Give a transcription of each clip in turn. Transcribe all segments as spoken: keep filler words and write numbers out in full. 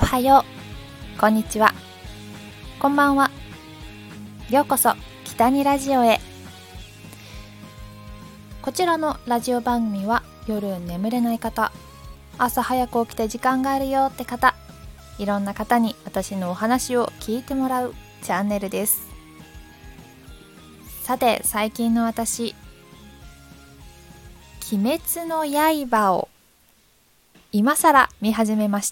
はよう、こんにちは、こんばんは。ようこそ北にラジオへ。こちらのラジオ番組は夜眠れない方、朝早く起きて時間があるよって方、いろんな方に私のお話を聞いてもらうチャンネルです。さて、最近の私、鬼滅の刃を今更見始めました。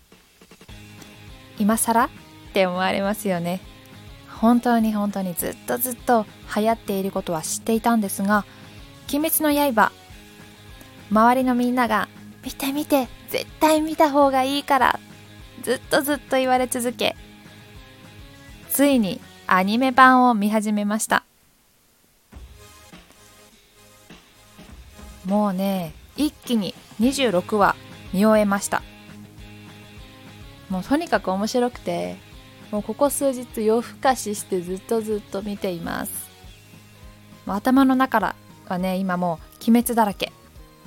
今更って思われますよね。本当に本当にずっとずっと流行っていることは知っていたんですが、鬼滅の刃、周りのみんなが見て見て、絶対見た方がいいからずっとずっと言われ続け、ついにアニメ版を見始めました。もうね、一気ににじゅうろくわ見終えました。もうとにかく面白くて、もうここ数日夜更かししてずっとずっと見ています。もう頭の中はね、今もう鬼滅だらけ。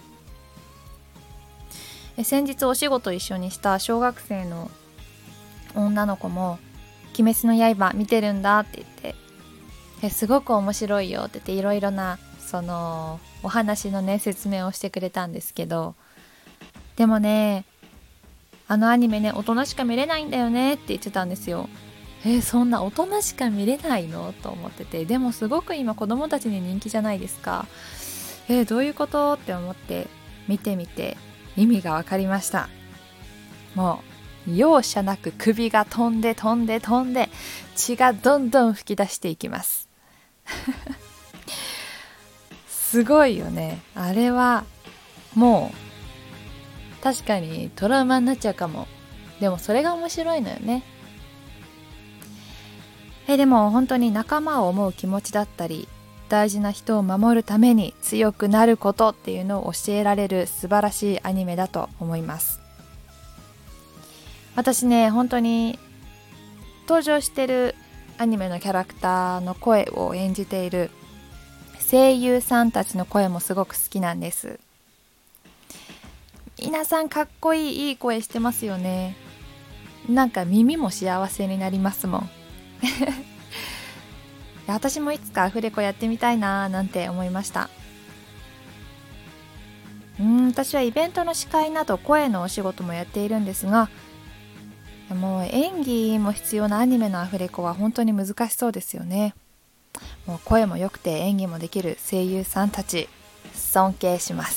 え先日お仕事一緒にした小学生の女の子も鬼滅の刃見てるんだって言って、えすごく面白いよって言って、いろいろなそのお話のね説明をしてくれたんですけど、でもね、あのアニメね、大人しか見れないんだよねって言ってたんですよ。えー、そんな大人しか見れないのと思ってて、でもすごく今子供たちに人気じゃないですか。えー、どういうことって思って見てみて意味が分かりました。もう容赦なく首が飛んで飛んで飛んで血がどんどん噴き出していきますすごいよね。あれはもう確かにトラウマになっちゃうかも。でもそれが面白いのよね。えでも本当に仲間を思う気持ちだったり、大事な人を守るために強くなることっていうのを教えられる素晴らしいアニメだと思います。私ね、本当に登場してるアニメのキャラクターの声を演じている声優さんたちの声もすごく好きなんです。皆さんかっこいいいい声してますよね。なんか耳も幸せになりますもん私もいつかアフレコやってみたいななんて思いました。うーん私はイベントの司会など声のお仕事もやっているんですが、もう演技も必要なアニメのアフレコは本当に難しそうですよね。もう声も良くて演技もできる声優さんたち、尊敬します。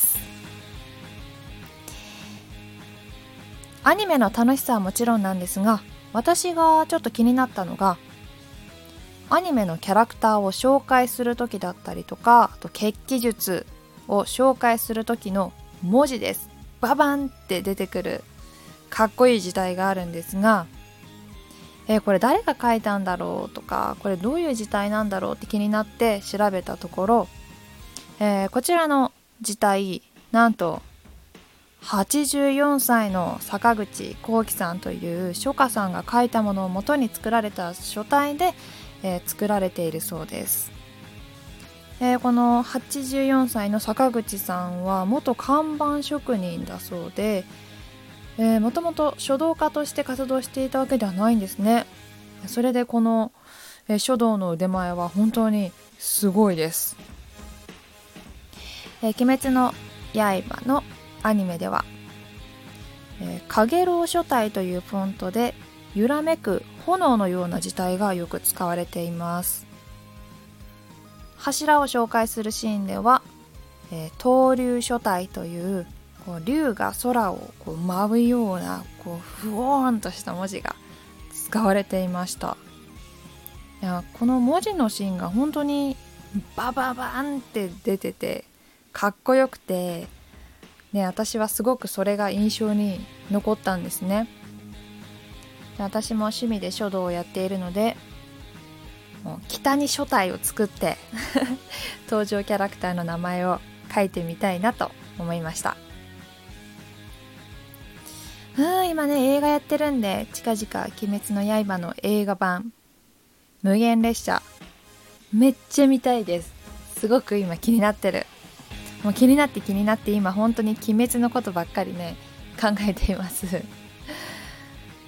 アニメの楽しさはもちろんなんですが、私がちょっと気になったのが、アニメのキャラクターを紹介するときだったりとか、あと血気術を紹介するときの文字です。ババンって出てくるかっこいい字体があるんですが、えー、これ誰が書いたんだろうとか、これどういう字体なんだろうって気になって調べたところ、えー、こちらの字体、なんとはちじゅうよんさいの坂口幸輝さんという書家さんが書いたものを元に作られた書体で、えー、作られているそうです。えー、このはちじゅうよんさいの坂口さんは元看板職人だそうで、えー、もともと書道家として活動していたわけではないんですね。それでこの、えー、書道の腕前は本当にすごいです。えー、鬼滅の刃のアニメでは、えー、かげろう書体というフォントで揺らめく炎のような字体がよく使われています。柱を紹介するシーンでは、えー、東龍書体という、こう龍が空をこう舞うようなこうふおーんとした文字が使われていました。いや、この文字のシーンが本当にバババンって出ててかっこよくて、ね、私はすごくそれが印象に残ったんですね。私も趣味で書道をやっているので、もう北に書体を作って登場キャラクターの名前を書いてみたいなと思いました。うん今ね映画やってるんで、近々鬼滅の刃の映画版無限列車めっちゃ見たいです。すごく今気になってる。もう気になって気になって今本当に鬼滅のことばっかりね考えています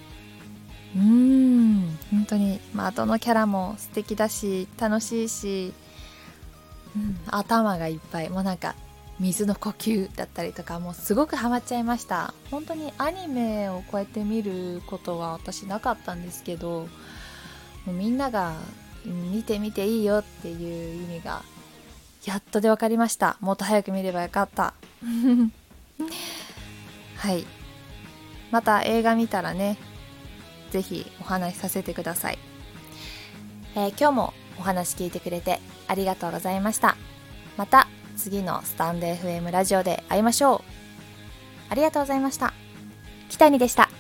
うーん本当に、まあ、どのキャラも素敵だし楽しいし、うん、頭がいっぱい、もうなんか水の呼吸だったりとか、もうすごくハマっちゃいました。本当にアニメをこうやって見ることは私なかったんですけど、もうみんなが見てみていいよっていう意味がやっとで分かりました。もっと早く見ればよかったはい、また映画見たらね、ぜひお話しさせてください。えー、今日もお話聞いてくれてありがとうございました。また次のスタンド エフエム ラジオで会いましょう。ありがとうございました。北にでした。